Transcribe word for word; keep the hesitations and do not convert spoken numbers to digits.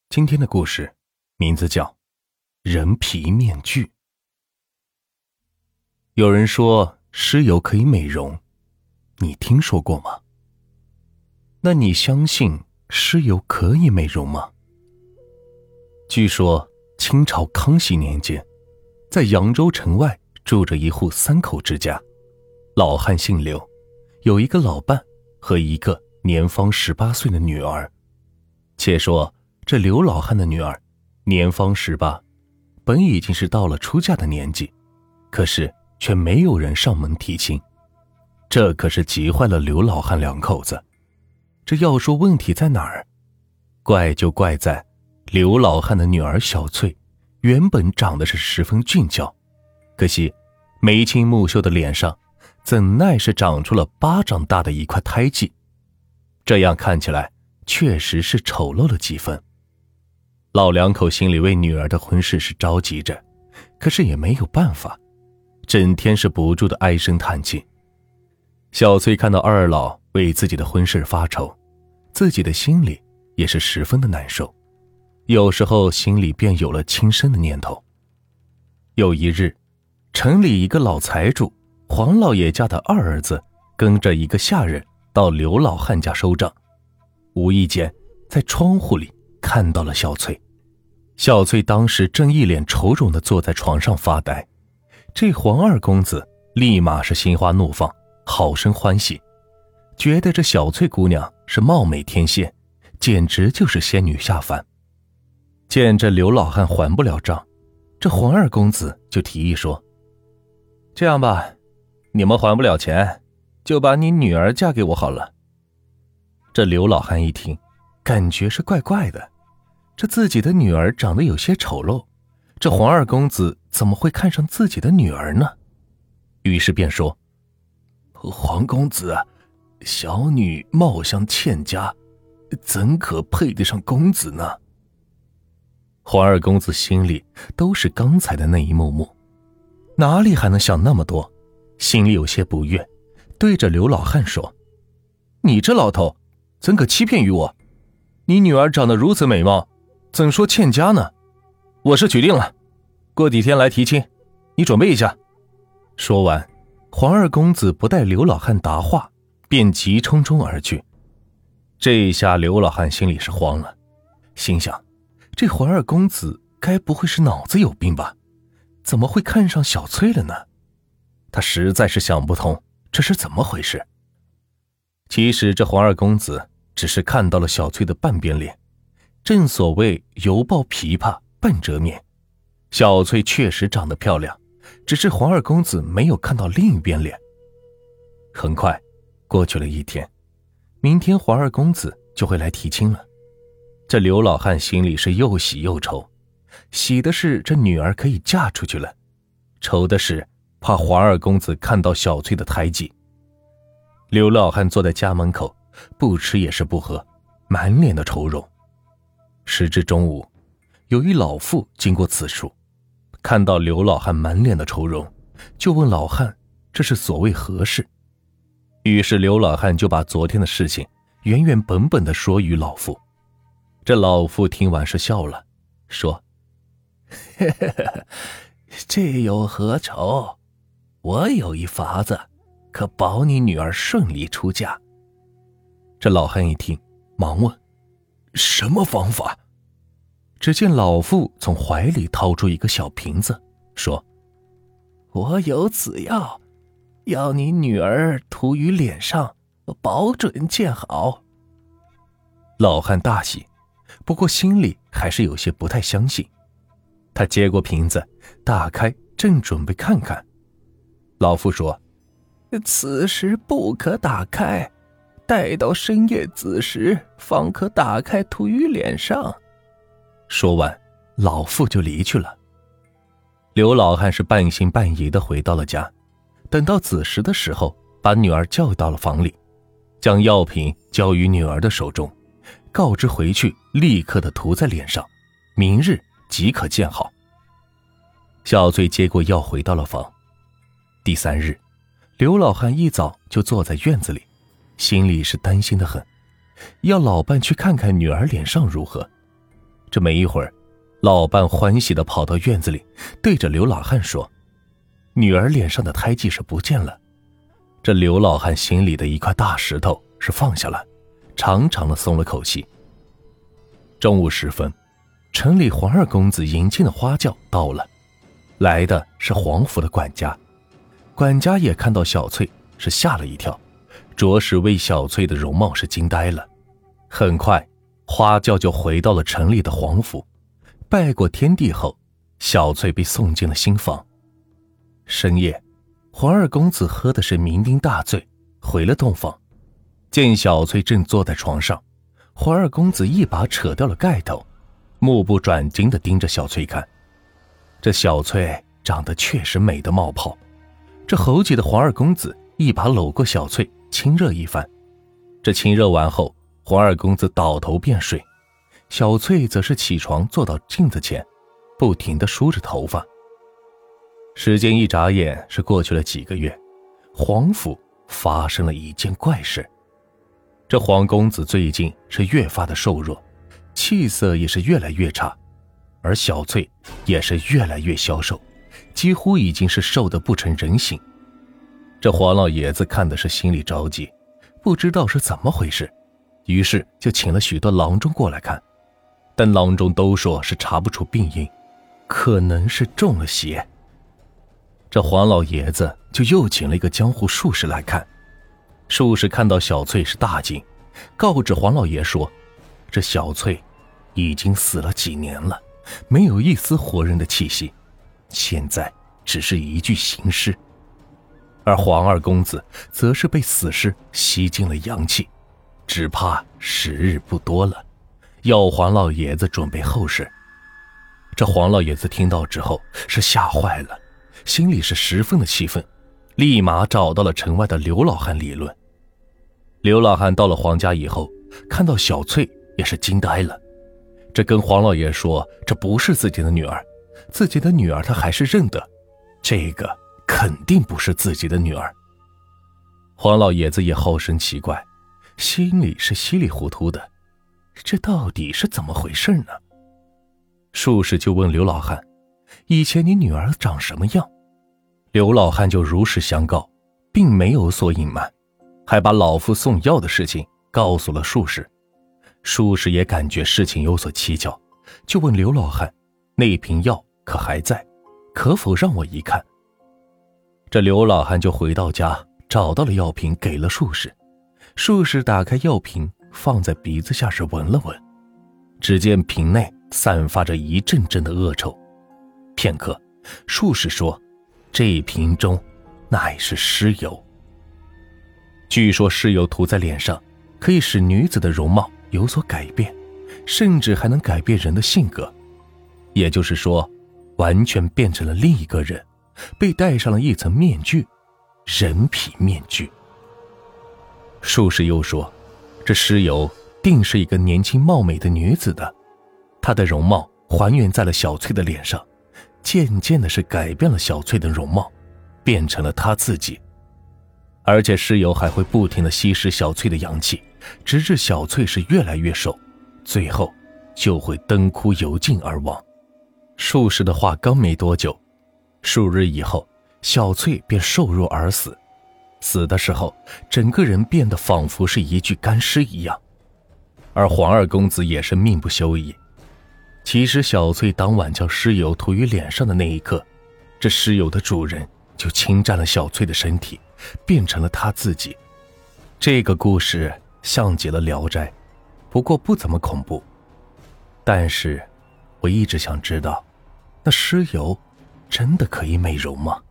今天的故事名字叫人皮面具。有人说尸油可以美容，你听说过吗？那你相信尸油可以美容吗？据说清朝康熙年间，在扬州城外住着一户三口之家，老汉姓刘，有一个老伴和一个年方十八岁的女儿。且说这刘老汉的女儿年方十八，本已经是到了出嫁的年纪，可是却没有人上门提亲，这可是急坏了刘老汉两口子。这要说问题在哪儿，怪就怪在刘老汉的女儿小翠原本长得是十分俊俏，可惜眉清目秀的脸上怎奈是长出了巴掌大的一块胎记，这样看起来确实是丑陋了几分。老两口心里为女儿的婚事是着急着，可是也没有办法，整天是不住的唉声叹气。小翠看到二老为自己的婚事发愁，自己的心里也是十分的难受，有时候心里便有了轻生的念头。有一日，城里一个老财主黄老爷家的二儿子跟着一个下人到刘老汉家收账，无意间在窗户里看到了小翠。小翠当时正一脸愁容地坐在床上发呆，这黄二公子立马是心花怒放，好生欢喜，觉得这小翠姑娘是貌美天仙，简直就是仙女下凡。见这刘老汉还不了账，这黄二公子就提议说，这样吧，你们还不了钱，就把你女儿嫁给我好了。这刘老汉一听，感觉是怪怪的，这自己的女儿长得有些丑陋，这黄二公子怎么会看上自己的女儿呢？于是便说，黄公子，小女貌相欠佳，怎可配得上公子呢？黄二公子心里都是刚才的那一幕幕，哪里还能想那么多，心里有些不悦，对着刘老汉说，你这老头怎可欺骗于我？你女儿长得如此美貌，怎说欠佳呢？我是决定了，过几天来提亲，你准备一下。说完，黄二公子不待刘老汉答话，便急冲冲而去。这一下刘老汉心里是慌了，心想，这黄二公子该不会是脑子有病吧？怎么会看上小翠了呢？他实在是想不通这是怎么回事。其实这黄二公子只是看到了小翠的半边脸，正所谓犹抱琵琶半遮面，小翠确实长得漂亮，只是黄二公子没有看到另一边脸。很快过去了一天，明天黄二公子就会来提亲了。这刘老汉心里是又喜又愁，喜的是这女儿可以嫁出去了，愁的是怕黄二公子看到小翠的胎记。刘老汉坐在家门口，不吃也是不喝，满脸的愁容。时至中午，有一老妇经过此处，看到刘老汉满脸的愁容，就问老汉这是所谓何事。于是刘老汉就把昨天的事情原原本本地说与老妇。这老妇听完是笑了，说，嘿嘿嘿，这有何愁，我有一法子可保你女儿顺利出嫁。这老汉一听，忙问，什么方法？只见老妇从怀里掏出一个小瓶子，说，我有此药，要你女儿涂于脸上，保准见好。老汉大喜，不过心里还是有些不太相信。他接过瓶子，打开，正准备看看，老妇说，此时不可打开，待到深夜子时方可打开涂于脸上。说完，老妇就离去了。刘老汉是半信半疑地回到了家，等到子时的时候，把女儿叫到了房里，将药品交于女儿的手中，告知回去立刻地涂在脸上，明日即可见好。小翠接过药回到了房。第三日，刘老汉一早就坐在院子里，心里是担心得很，要老伴去看看女儿脸上如何。 这没一会儿，老伴欢喜地跑到院子里，对着刘老汉说：“女儿脸上的胎记是不见了。”这刘老汉心里的一块大石头是放下了，长长的松了口气。中午时分，城里黄二公子迎亲的花轿到了，来的是黄府的管家。管家也看到小翠，是吓了一跳，着实为小翠的容貌是惊呆了。很快，花轿就回到了城里的黄府，拜过天地后，小翠被送进了新房。深夜，黄二公子喝的是酩酊大醉，回了洞房，见小翠正坐在床上，黄二公子一把扯掉了盖头，目不转睛地盯着小翠看。这小翠长得确实美得冒泡，这猴急的黄二公子一把搂过小翠，亲热一番。这亲热完后，黄二公子倒头便睡，小翠则是起床坐到镜子前，不停地梳着头发。时间一眨眼是过去了几个月，黄府发生了一件怪事。这黄公子最近是越发的瘦弱，气色也是越来越差，而小翠也是越来越消瘦，几乎已经是瘦得不成人形。这黄老爷子看的是心里着急，不知道是怎么回事，于是就请了许多郎中过来看，但郎中都说是查不出病因，可能是中了邪。这黄老爷子就又请了一个江湖术士来看，术士看到小翠是大惊，告知黄老爷说，这小翠已经死了几年了，没有一丝活人的气息，现在只是一具行尸。而黄二公子则是被死尸吸进了阳气，只怕时日不多了，要黄老爷子准备后事。这黄老爷子听到之后是吓坏了，心里是十分的气愤，立马找到了城外的刘老汉理论。刘老汉到了黄家以后，看到小翠也是惊呆了，这跟黄老爷说这不是自己的女儿，自己的女儿他还是认得，这个肯定不是自己的女儿。黄老爷子也好生奇怪，心里是稀里糊涂的，这到底是怎么回事呢？术士就问刘老汉，以前你女儿长什么样？刘老汉就如实相告，并没有所隐瞒，还把老夫送药的事情告诉了术士。术士也感觉事情有所蹊跷，就问刘老汉，那瓶药可还在，可否让我一看？这刘老汉就回到家，找到了药瓶，给了术士。术士打开药瓶，放在鼻子下是闻了闻，只见瓶内散发着一阵阵的恶臭。片刻，术士说，这瓶中乃是尸油。据说尸油涂在脸上，可以使女子的容貌有所改变，甚至还能改变人的性格，也就是说，完全变成了另一个人，被戴上了一层面具，人皮面具。术士又说，这尸油定是一个年轻貌美的女子的，她的容貌还原在了小翠的脸上，渐渐的是改变了小翠的容貌，变成了她自己。而且尸油还会不停地吸食小翠的阳气，直至小翠是越来越瘦，最后就会灯枯油尽而亡。术士的话刚没多久，数日以后，小翠便瘦弱而死，死的时候整个人变得仿佛是一具干尸一样。而黄二公子也是命不休矣。其实小翠当晚将尸油涂于脸上的那一刻，这尸油的主人就侵占了小翠的身体，变成了他自己。这个故事像极了《聊斋》，不过不怎么恐怖。但是我一直想知道，那尸油真的可以美容吗？